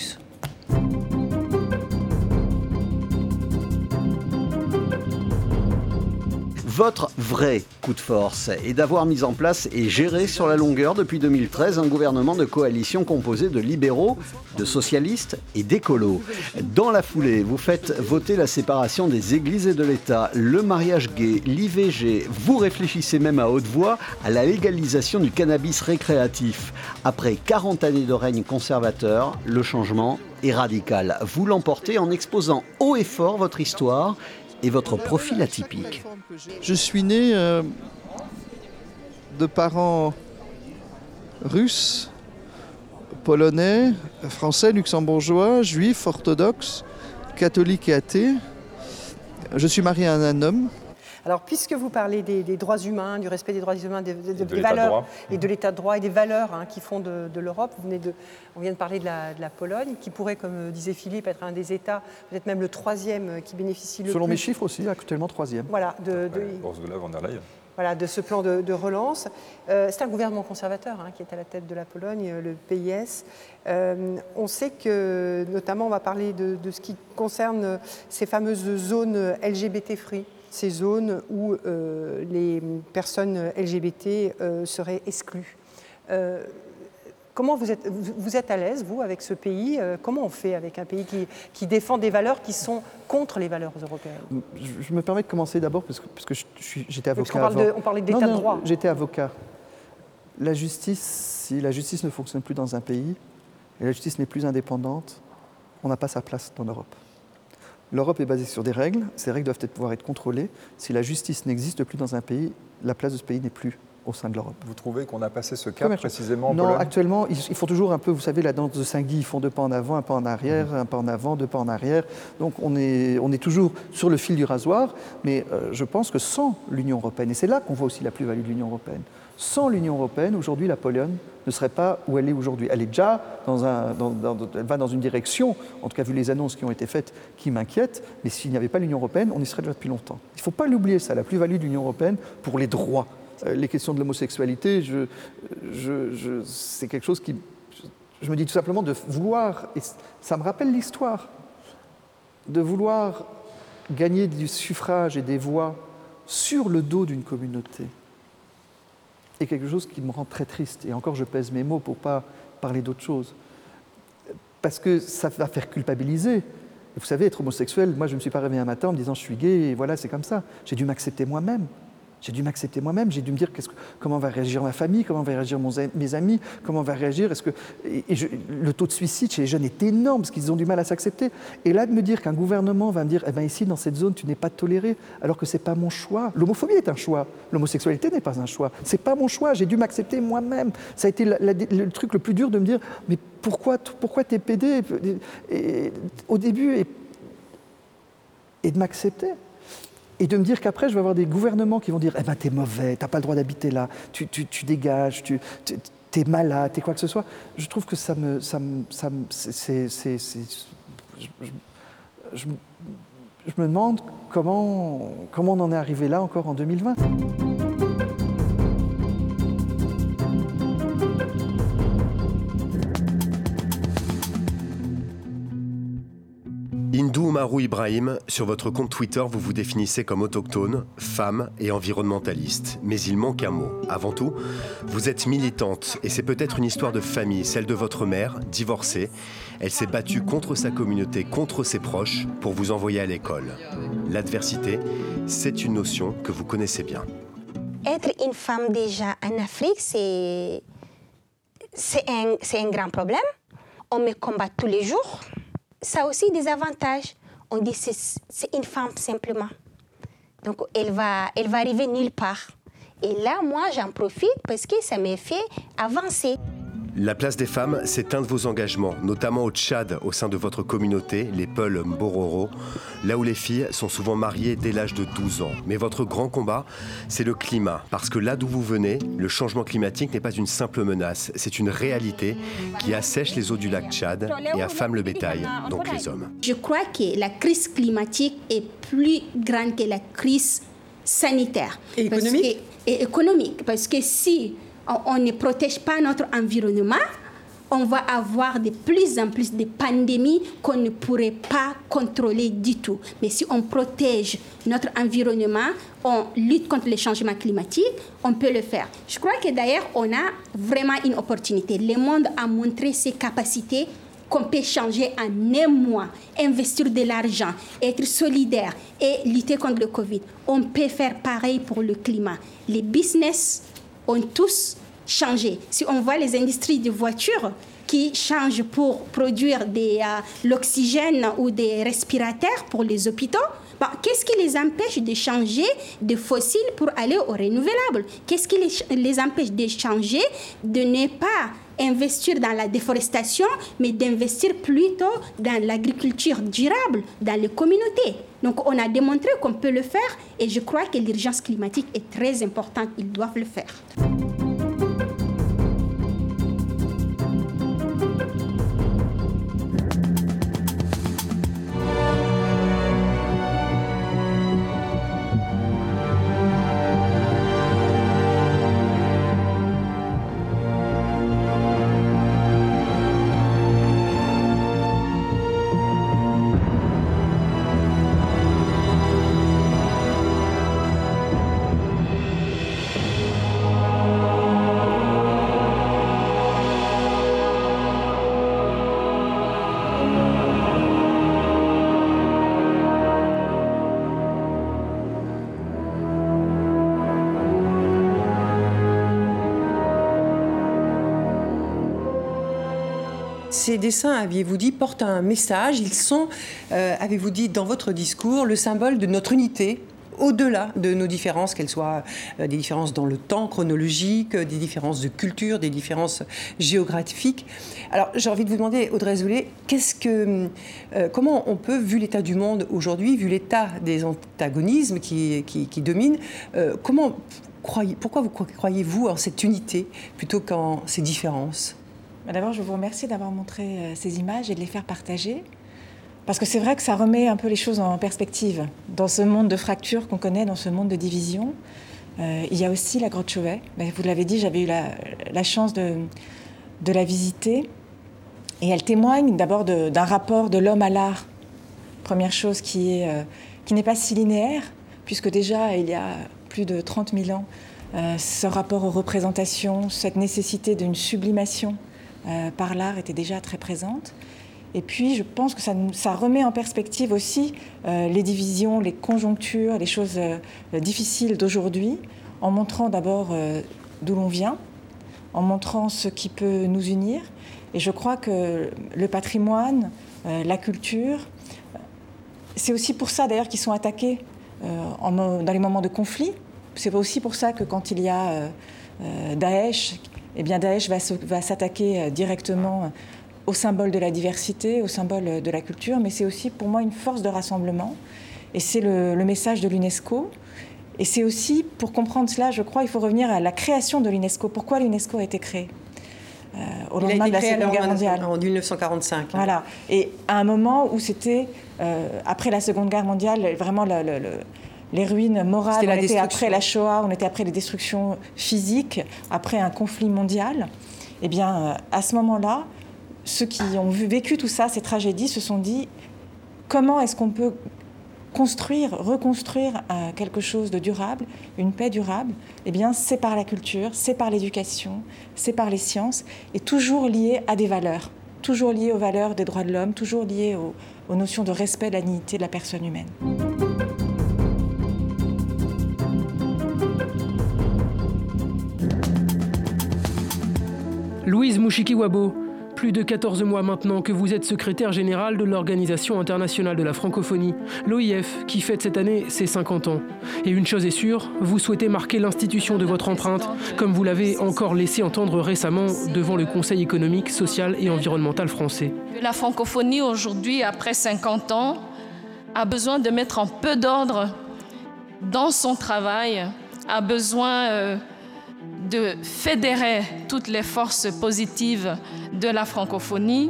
Votre vrai coup de force est d'avoir mis en place et géré sur la longueur depuis deux mille treize un gouvernement de coalition composé de libéraux, de socialistes et d'écolos. Dans la foulée, vous faites voter la séparation des églises et de l'État, le mariage gay, l'I V G. Vous réfléchissez même à haute voix à la légalisation du cannabis récréatif. Après quarante années de règne conservateur, le changement est radical. Vous l'emportez en exposant haut et fort votre histoire et votre profil atypique. Je suis né euh, de parents russes, polonais, français, luxembourgeois, juifs, orthodoxes, catholiques et athées. Je suis marié à un homme. Alors, puisque vous parlez des, des droits humains, du respect des droits humains, des, des, des valeurs de et de l'état de droit et des valeurs hein, qui font de, de l'Europe, vous venez de, on vient de parler de la, de la Pologne, qui pourrait, comme disait Philippe, être un des États, peut-être même le troisième qui bénéficie le Selon plus. mes chiffres aussi, actuellement troisième. Voilà, de, de, voilà, de ce plan de, de relance. Euh, c'est un gouvernement conservateur hein, qui est à la tête de la Pologne, le P I S. Euh, on sait que, notamment, on va parler de, de ce qui concerne ces fameuses zones L G B T free. Ces zones où euh, les personnes L G B T euh, seraient exclues. Euh, comment vous êtes, vous, vous êtes à l'aise, vous, avec ce pays? euh, Comment on fait avec un pays qui, qui défend des valeurs qui sont contre les valeurs européennes? Je, je me permets de commencer d'abord parce que, parce que j'étais avocat on, parle avant. de, on parlait d'état de droit. J'étais avocat. La justice, si la justice ne fonctionne plus dans un pays, et la justice n'est plus indépendante, on n'a pas sa place dans l'Europe. L'Europe est basée sur des règles, ces règles doivent être, pouvoir être contrôlées. Si la justice n'existe plus dans un pays, la place de ce pays n'est plus au sein de l'Europe. Vous trouvez qu'on a passé ce cap précisément en Non, Pologne ? actuellement, ils, ils font toujours un peu, vous savez, la danse de Saint-Guy, ils font deux pas en avant, un pas en arrière, mmh. un pas en avant, deux pas en arrière. Donc on est, on est toujours sur le fil du rasoir, mais euh, je pense que sans l'Union européenne, et c'est là qu'on voit aussi la plus-value de l'Union européenne, sans l'Union européenne, aujourd'hui, la Pologne ne serait pas où elle est aujourd'hui. Elle est déjà dans un, dans, dans, elle va dans une direction, en tout cas vu les annonces qui ont été faites, qui m'inquiètent, mais s'il n'y avait pas l'Union européenne, on y serait déjà depuis longtemps. Il ne faut pas l'oublier ça, la plus-value de l'Union européenne pour les droits. Euh, les questions de l'homosexualité, je, je, je, c'est quelque chose qui... Je, je me dis tout simplement de vouloir, et ça me rappelle l'histoire, de vouloir gagner du suffrage et des voix sur le dos d'une communauté. Et quelque chose qui me rend très triste. Et encore, je pèse mes mots pour ne pas parler d'autre chose. Parce que ça va faire culpabiliser. Et vous savez, être homosexuel, moi, je ne me suis pas réveillé un matin en me disant « je suis gay » et voilà, c'est comme ça. J'ai dû m'accepter moi-même. J'ai dû m'accepter moi-même, j'ai dû me dire qu'est-ce que, comment va réagir ma famille, comment va réagir mon, mes amis, comment va réagir, est-ce que... Et, et je, le taux de suicide chez les jeunes est énorme, parce qu'ils ont du mal à s'accepter. Et là, de me dire qu'un gouvernement va me dire, eh bien ici, dans cette zone, tu n'es pas toléré, alors que ce n'est pas mon choix. L'homophobie est un choix, l'homosexualité n'est pas un choix. Ce n'est pas mon choix, j'ai dû m'accepter moi-même. Ça a été la, la, le truc le plus dur de me dire, mais pourquoi, pourquoi t'es pédé et, et, au début, et, et de m'accepter. Et de me dire qu'après, je vais avoir des gouvernements qui vont dire « Eh ben, t'es mauvais, t'as pas le droit d'habiter là, tu, tu, tu dégages, tu, tu, t'es malade, t'es quoi que ce soit. » Je trouve que ça me... Ça me, ça me c'est, c'est, c'est, je, je, je, je me demande comment, comment on en est arrivé là encore en deux mille vingt. Hindou Oumarou Ibrahim, sur votre compte Twitter, vous vous définissez comme autochtone, femme et environnementaliste. Mais il manque un mot. Avant tout, vous êtes militante et c'est peut-être une histoire de famille, celle de votre mère, divorcée. Elle s'est battue contre sa communauté, contre ses proches, pour vous envoyer à l'école. L'adversité, c'est une notion que vous connaissez bien. Être une femme déjà en Afrique, c'est, c'est, un, c'est un grand problème. On me combat tous les jours. Ça a aussi des avantages. On dit que c'est, c'est une femme simplement. Donc elle va, elle va arriver nulle part. Et là, moi, j'en profite parce que ça m'a fait avancer. La place des femmes, c'est un de vos engagements, notamment au Tchad, au sein de votre communauté, les Peuls Mbororo, là où les filles sont souvent mariées dès l'âge de douze ans. Mais votre grand combat, c'est le climat. Parce que là d'où vous venez, le changement climatique n'est pas une simple menace, c'est une réalité qui assèche les eaux du lac Tchad et affame le bétail, donc les hommes. Je crois que la crise climatique est plus grande que la crise sanitaire. Et économique ? Que, et économique, parce que si on ne protège pas notre environnement, on va avoir de plus en plus de pandémies qu'on ne pourrait pas contrôler du tout. Mais si on protège notre environnement, on lutte contre les changements climatiques, on peut le faire. Je crois que d'ailleurs, on a vraiment une opportunité. Le monde a montré ses capacités qu'on peut changer en un mois, investir de l'argent, être solidaire et lutter contre le Covid. On peut faire pareil pour le climat. Les business ont tous changé. Si on voit les industries de voitures qui changent pour produire de euh, l'oxygène ou des respirateurs pour les hôpitaux, bon, qu'est-ce qui les empêche de changer de fossiles pour aller aux renouvelables? Qu'est-ce qui les, les empêche de changer, de ne pas investir dans la déforestation, mais d'investir plutôt dans l'agriculture durable, dans les communautés? Donc on a démontré qu'on peut le faire et je crois que l'urgence climatique est très importante. Ils doivent le faire. Ces dessins, aviez-vous dit, portent un message. Ils sont, euh, avez-vous dit dans votre discours, le symbole de notre unité au-delà de nos différences, qu'elles soient euh, des différences dans le temps chronologique, des différences de culture, des différences géographiques. Alors j'ai envie de vous demander, Audrey Azoulay, qu'est-ce que, euh, comment on peut, vu l'état du monde aujourd'hui, vu l'état des antagonismes qui, qui, qui dominent, euh, comment croyez, pourquoi vous croyez-vous en cette unité plutôt qu'en ces différences ? D'abord, je vous remercie d'avoir montré euh, ces images et de les faire partager. Parce que c'est vrai que ça remet un peu les choses en perspective. Dans ce monde de fractures qu'on connaît, dans ce monde de division, euh, il y a aussi la grotte Chauvet. Vous l'avez dit, j'avais eu la, la chance de, de la visiter. Et elle témoigne d'abord de, d'un rapport de l'homme à l'art. Première chose qui, est, euh, qui n'est pas si linéaire, puisque déjà, il y a plus de trente mille ans, euh, ce rapport aux représentations, cette nécessité d'une sublimation euh, par l'art était déjà très présente. Et puis, je pense que ça, ça remet en perspective aussi euh, les divisions, les conjonctures, les choses euh, difficiles d'aujourd'hui, en montrant d'abord euh, d'où l'on vient, en montrant ce qui peut nous unir. Et je crois que le patrimoine, euh, la culture, c'est aussi pour ça d'ailleurs qu'ils sont attaqués euh, en, dans les moments de conflit. C'est aussi pour ça que quand il y a euh, euh, Daesh, eh bien Daesh va, se, va s'attaquer euh, directement au symbole de la diversité, au symbole de la culture, mais c'est aussi pour moi une force de rassemblement. Et c'est le, le message de l'UNESCO. Et c'est aussi, pour comprendre cela, je crois, il faut revenir à la création de l'UNESCO. Pourquoi l'UNESCO a été créée euh, au lendemain de la Seconde Guerre mondiale. En dix-neuf cent quarante-cinq. Voilà. Et à un moment où c'était, euh, après la Seconde Guerre mondiale, vraiment le, le, le, les ruines morales, on était après la Shoah, on était après les destructions physiques, après un conflit mondial. Eh bien, euh, à ce moment-là, ceux qui ont vu, vécu tout ça, ces tragédies, se sont dit comment est-ce qu'on peut construire, reconstruire euh, quelque chose de durable, une paix durable. Eh bien, c'est par la culture, c'est par l'éducation, c'est par les sciences, et toujours lié à des valeurs, toujours lié aux valeurs des droits de l'homme, toujours lié aux, aux notions de respect de la dignité de la personne humaine. Louise Mouchiki-Wabo, plus de quatorze mois maintenant que vous êtes secrétaire générale de l'Organisation internationale de la francophonie, l'O I F, qui fête cette année ses cinquante ans. Et une chose est sûre, vous souhaitez marquer l'institution de votre empreinte, comme vous l'avez encore laissé entendre récemment devant le Conseil économique, social et environnemental français. La francophonie aujourd'hui, après cinquante ans, a besoin de mettre un peu d'ordre dans son travail, a besoin euh, de fédérer toutes les forces positives de la francophonie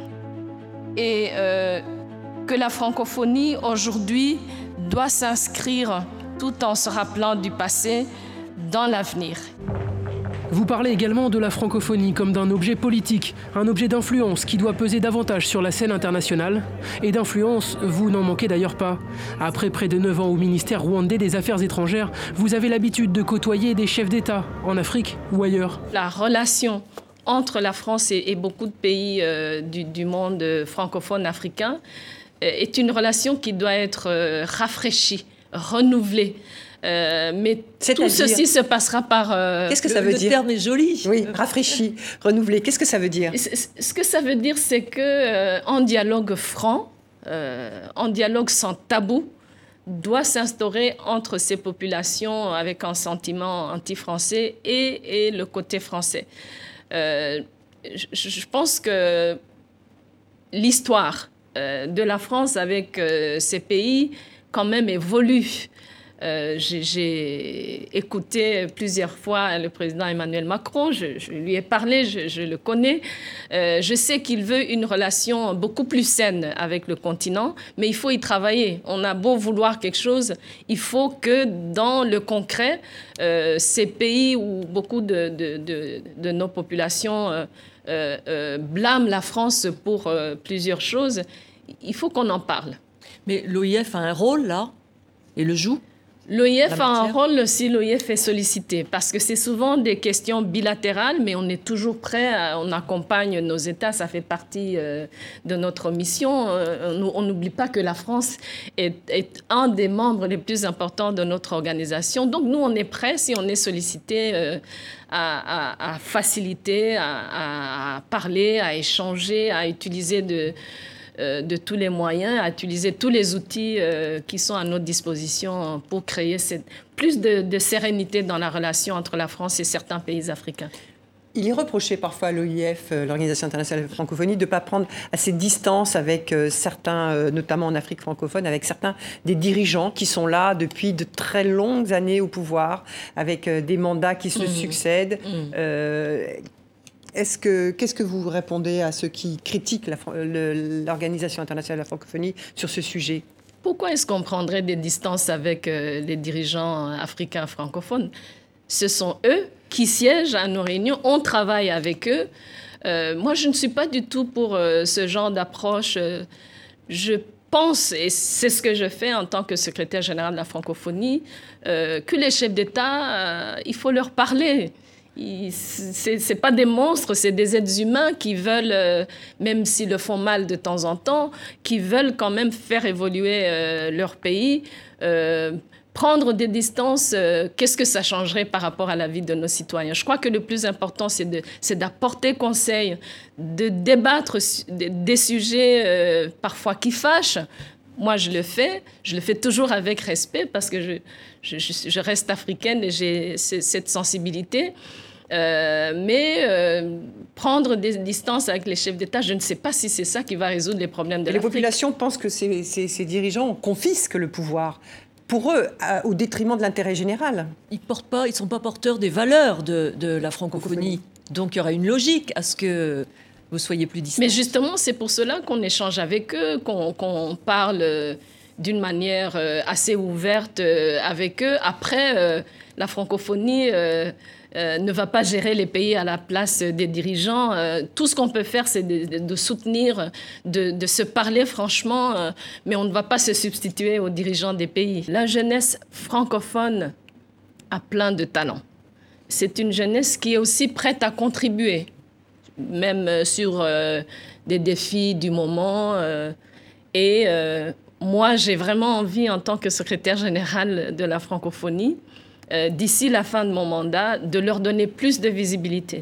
et euh, que la francophonie aujourd'hui doit s'inscrire tout en se rappelant du passé dans l'avenir. Vous parlez également de la francophonie comme d'un objet politique, un objet d'influence qui doit peser davantage sur la scène internationale. Et d'influence, vous n'en manquez d'ailleurs pas. Après près de neuf ans au ministère rwandais des Affaires étrangères, vous avez l'habitude de côtoyer des chefs d'État, en Afrique ou ailleurs. La relation entre la France et, et beaucoup de pays euh, du, du monde francophone africain euh, est une relation qui doit être euh, rafraîchie, renouvelée. Euh, mais tout ceci se passera par... Euh, Qu'est-ce que ça veut le dire ? Le terme est joli. Oui, rafraîchi, renouvelé. Qu'est-ce que ça veut dire ? Ce que ça veut dire, c'est qu'en euh, dialogue franc, euh, en dialogue sans tabou, doit s'instaurer entre ces populations avec un sentiment anti-français et, et le côté français. Euh, je, je pense que l'histoire euh, de la France avec euh, ces pays quand même évolue. Euh, j'ai, j'ai écouté plusieurs fois le président Emmanuel Macron, je, je lui ai parlé, je, je le connais. Euh, je sais qu'il veut une relation beaucoup plus saine avec le continent, mais il faut y travailler. On a beau vouloir quelque chose, il faut que dans le concret, euh, ces pays où beaucoup de, de, de, de nos populations euh, euh, euh, blâment la France pour euh, plusieurs choses, il faut qu'on en parle. Mais l'O I F a un rôle là et le joue. L'O I F a un rôle si l'O I F est sollicité, parce que c'est souvent des questions bilatérales, mais on est toujours prêt, à, on accompagne nos États, ça fait partie euh, de notre mission. Euh, on n'oublie pas que la France est, est un des membres les plus importants de notre organisation. Donc nous, on est prêt, si on est sollicité, euh, à, à, à faciliter, à, à parler, à échanger, à utiliser de... euh, de tous les moyens, à utiliser tous les outils euh, qui sont à notre disposition pour créer cette, plus de, de sérénité dans la relation entre la France et certains pays africains. Il est reproché parfois à l'O I F, l'Organisation internationale de la francophonie, de ne pas prendre assez de distance avec certains, notamment en Afrique francophone, avec certains des dirigeants qui sont là depuis de très longues années au pouvoir, avec des mandats qui se mmh. succèdent. Mmh. Euh, Est-ce que, qu'est-ce que vous répondez à ceux qui critiquent l'Organisation internationale de la francophonie sur ce sujet ? Pourquoi est-ce qu'on prendrait des distances avec euh, les dirigeants africains francophones ? Ce sont eux qui siègent à nos réunions, on travaille avec eux. Euh, moi, je ne suis pas du tout pour euh, ce genre d'approche. Euh, je pense, et c'est ce que je fais en tant que secrétaire général de la francophonie, euh, que les chefs d'État, euh, il faut leur parler. Ce n'est pas des monstres, c'est des êtres humains qui veulent, euh, même s'ils le font mal de temps en temps, qui veulent quand même faire évoluer euh, leur pays. Euh, prendre des distances, euh, qu'est-ce que ça changerait par rapport à la vie de nos citoyens? Je crois que le plus important, c'est de, c'est d'apporter conseil, de débattre des sujets euh, parfois qui fâchent. Moi, je le fais. Je le fais toujours avec respect parce que je, je, je, je reste africaine et j'ai cette sensibilité. Euh, mais euh, prendre des distances avec les chefs d'État, je ne sais pas si c'est ça qui va résoudre les problèmes de l'Afrique. Les populations pensent que ces, ces, ces dirigeants confisquent le pouvoir. Pour eux, à, au détriment de l'intérêt général. Ils ne sont pas porteurs des valeurs de, de la francophonie. Donc il y aura une logique à ce que vous soyez plus distants. Mais justement, c'est pour cela qu'on échange avec eux, qu'on, qu'on parle d'une manière assez ouverte avec eux. Après, euh, la francophonie euh, euh, ne va pas gérer les pays à la place des dirigeants. Euh, tout ce qu'on peut faire, c'est de, de soutenir, de, de se parler franchement, euh, mais on ne va pas se substituer aux dirigeants des pays. La jeunesse francophone a plein de talents. C'est une jeunesse qui est aussi prête à contribuer, même sur euh, des défis du moment. Euh, et euh, moi, j'ai vraiment envie, en tant que secrétaire générale de la francophonie, euh, d'ici la fin de mon mandat, de leur donner plus de visibilité.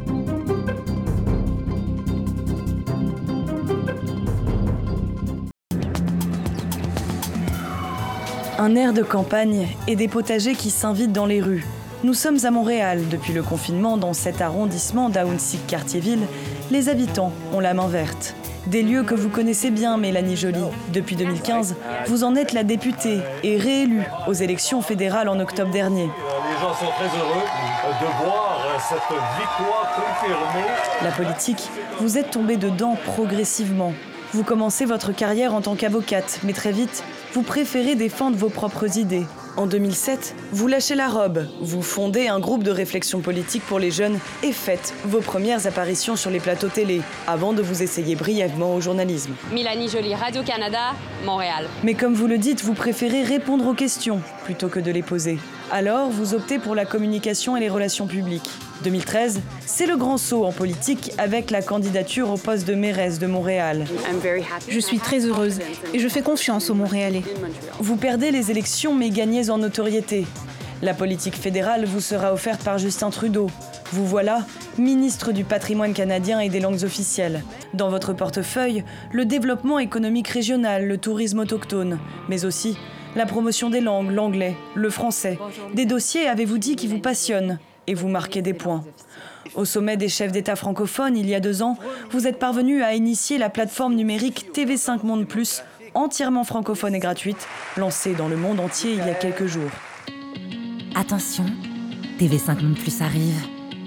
Un air de campagne et des potagers qui s'invitent dans les rues. Nous sommes à Montréal. Depuis le confinement, dans cet arrondissement d'Ahuntsic-Cartierville, les habitants ont la main verte. Des lieux que vous connaissez bien, Mélanie Joly. Depuis deux mille quinze, vous en êtes la députée et réélue aux élections fédérales en octobre dernier. Les gens sont très heureux de voir cette victoire confirmée. La politique, vous êtes tombée dedans progressivement. Vous commencez votre carrière en tant qu'avocate, mais très vite, vous préférez défendre vos propres idées. En deux mille sept, vous lâchez la robe, vous fondez un groupe de réflexion politique pour les jeunes et faites vos premières apparitions sur les plateaux télé, avant de vous essayer brièvement au journalisme. Mélanie Joly, Radio-Canada, Montréal. Mais comme vous le dites, vous préférez répondre aux questions plutôt que de les poser. Alors, vous optez pour la communication et les relations publiques. deux mille treize, c'est le grand saut en politique avec la candidature au poste de mairesse de Montréal. Je suis très heureuse et je fais confiance aux Montréalais. Vous perdez les élections mais gagnez en notoriété. La politique fédérale vous sera offerte par Justin Trudeau. Vous voilà, ministre du patrimoine canadien et des langues officielles. Dans votre portefeuille, le développement économique régional, le tourisme autochtone, mais aussi la promotion des langues, l'anglais, le français. Des dossiers, avez-vous dit, qui vous passionnent et vous marquez des points. Au sommet des chefs d'État francophones, il y a deux ans, vous êtes parvenu à initier la plateforme numérique T V cinq Monde Plus, entièrement francophone et gratuite, lancée dans le monde entier il y a quelques jours. Attention, T V cinq Monde Plus arrive.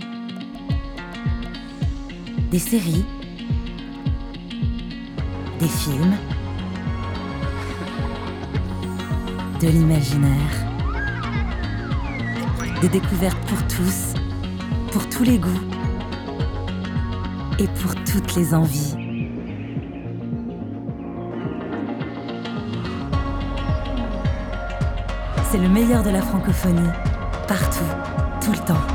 Des séries, des films, de l'imaginaire, des découvertes pour tous, pour tous les goûts et pour toutes les envies. C'est le meilleur de la francophonie, partout, tout le temps.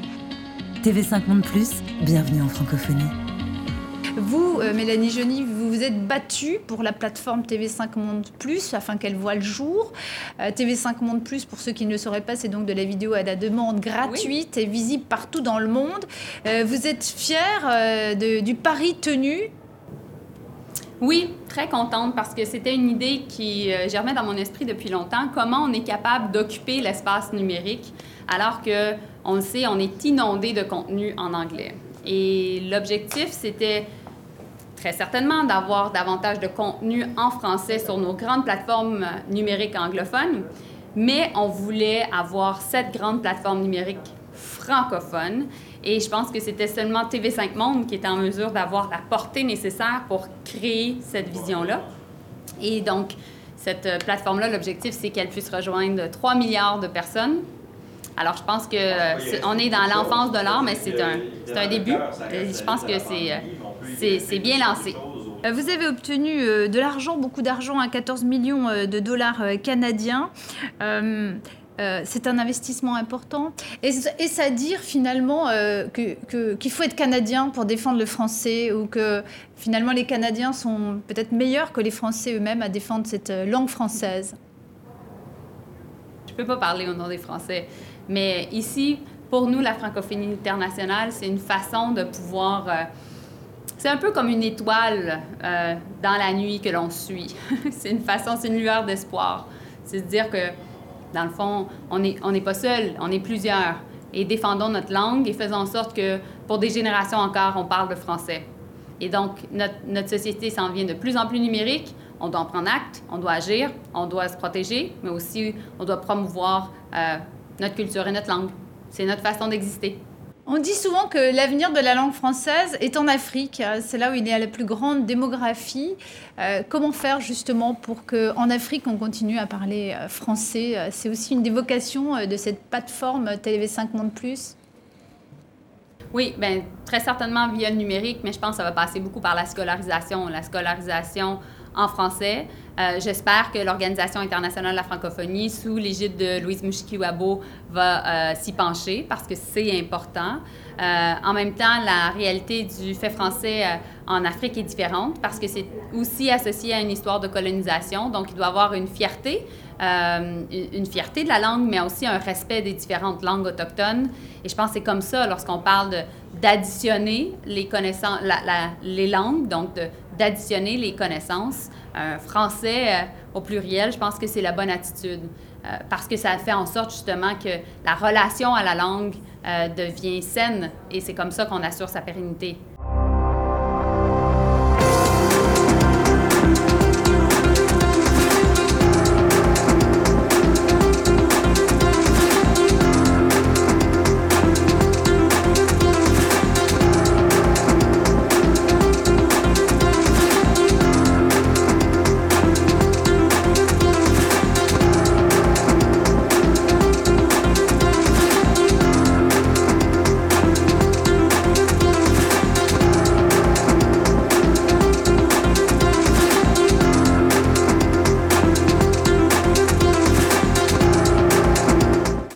T V cinq Monde Plus, bienvenue en francophonie. Vous, euh, Mélanie Joly, vous vous êtes battu pour la plateforme T V cinq Monde Plus afin qu'elle voie le jour. Euh, T V cinq Monde Plus, pour ceux qui ne le sauraient pas, c'est donc de la vidéo à la demande gratuite oui. et visible partout dans le monde. Euh, vous êtes fiers euh, de, du pari tenu? Oui, très contente parce que c'était une idée qui euh, germait dans mon esprit depuis longtemps. Comment on est capable d'occuper l'espace numérique alors que, on le sait, on est inondé de contenu en anglais. Et l'objectif, c'était très certainement d'avoir davantage de contenu en français sur nos grandes plateformes numériques anglophones, mais on voulait avoir cette grande plateforme numérique francophone. Et je pense que c'était seulement T V cinq Monde qui était en mesure d'avoir la portée nécessaire pour créer cette vision-là. Et donc, cette plateforme-là, l'objectif, c'est qu'elle puisse rejoindre trois milliards de personnes. Alors, je pense qu'on est dans l'enfance de l'art, mais c'est un, c'est un début. Et je pense que c'est, c'est, c'est bien lancé. Vous avez obtenu de l'argent, beaucoup d'argent, à quatorze millions de dollars canadiens. Euh, Euh, c'est un investissement important. Est-ce à dire finalement euh, que, que, qu'il faut être canadien pour défendre le français ou que finalement les Canadiens sont peut-être meilleurs que les Français eux-mêmes à défendre cette langue française? Je ne peux pas parler au nom des Français, mais ici, pour nous, la francophonie internationale, c'est une façon de pouvoir... Euh, c'est un peu comme une étoile euh, dans la nuit que l'on suit. C'est une façon, c'est une lueur d'espoir. C'est de dire que dans le fond, on n'est on n'est pas seul, on est plusieurs. Et défendons notre langue et faisons en sorte que, pour des générations encore, on parle le français. Et donc, notre, notre société s'en vient de plus en plus numérique. On doit en prendre acte, on doit agir, on doit se protéger, mais aussi, on doit promouvoir euh, notre culture et notre langue. C'est notre façon d'exister. On dit souvent que l'avenir de la langue française est en Afrique. C'est là où il y a la plus grande démographie. Euh, comment faire justement pour qu'en Afrique, on continue à parler français? C'est aussi une des vocations de cette plateforme T V cinq Monde Plus. Oui, bien, très certainement via le numérique, mais je pense que ça va passer beaucoup par la scolarisation. La scolarisation en français. Euh, j'espère que l'Organisation internationale de la francophonie, sous l'égide de Louise Mushikiwabo, va euh, s'y pencher parce que c'est important. Euh, en même temps, la réalité du fait français euh, en Afrique est différente parce que c'est aussi associé à une histoire de colonisation. Donc, il doit y avoir une fierté, euh, une fierté de la langue, mais aussi un respect des différentes langues autochtones. Et je pense que c'est comme ça lorsqu'on parle de, d'additionner les connaissances, la, la, les langues, donc de, d'additionner les connaissances. Un français euh, au pluriel, je pense que c'est la bonne attitude euh, parce que ça fait en sorte justement que la relation à la langue euh, devient saine et c'est comme ça qu'on assure sa pérennité.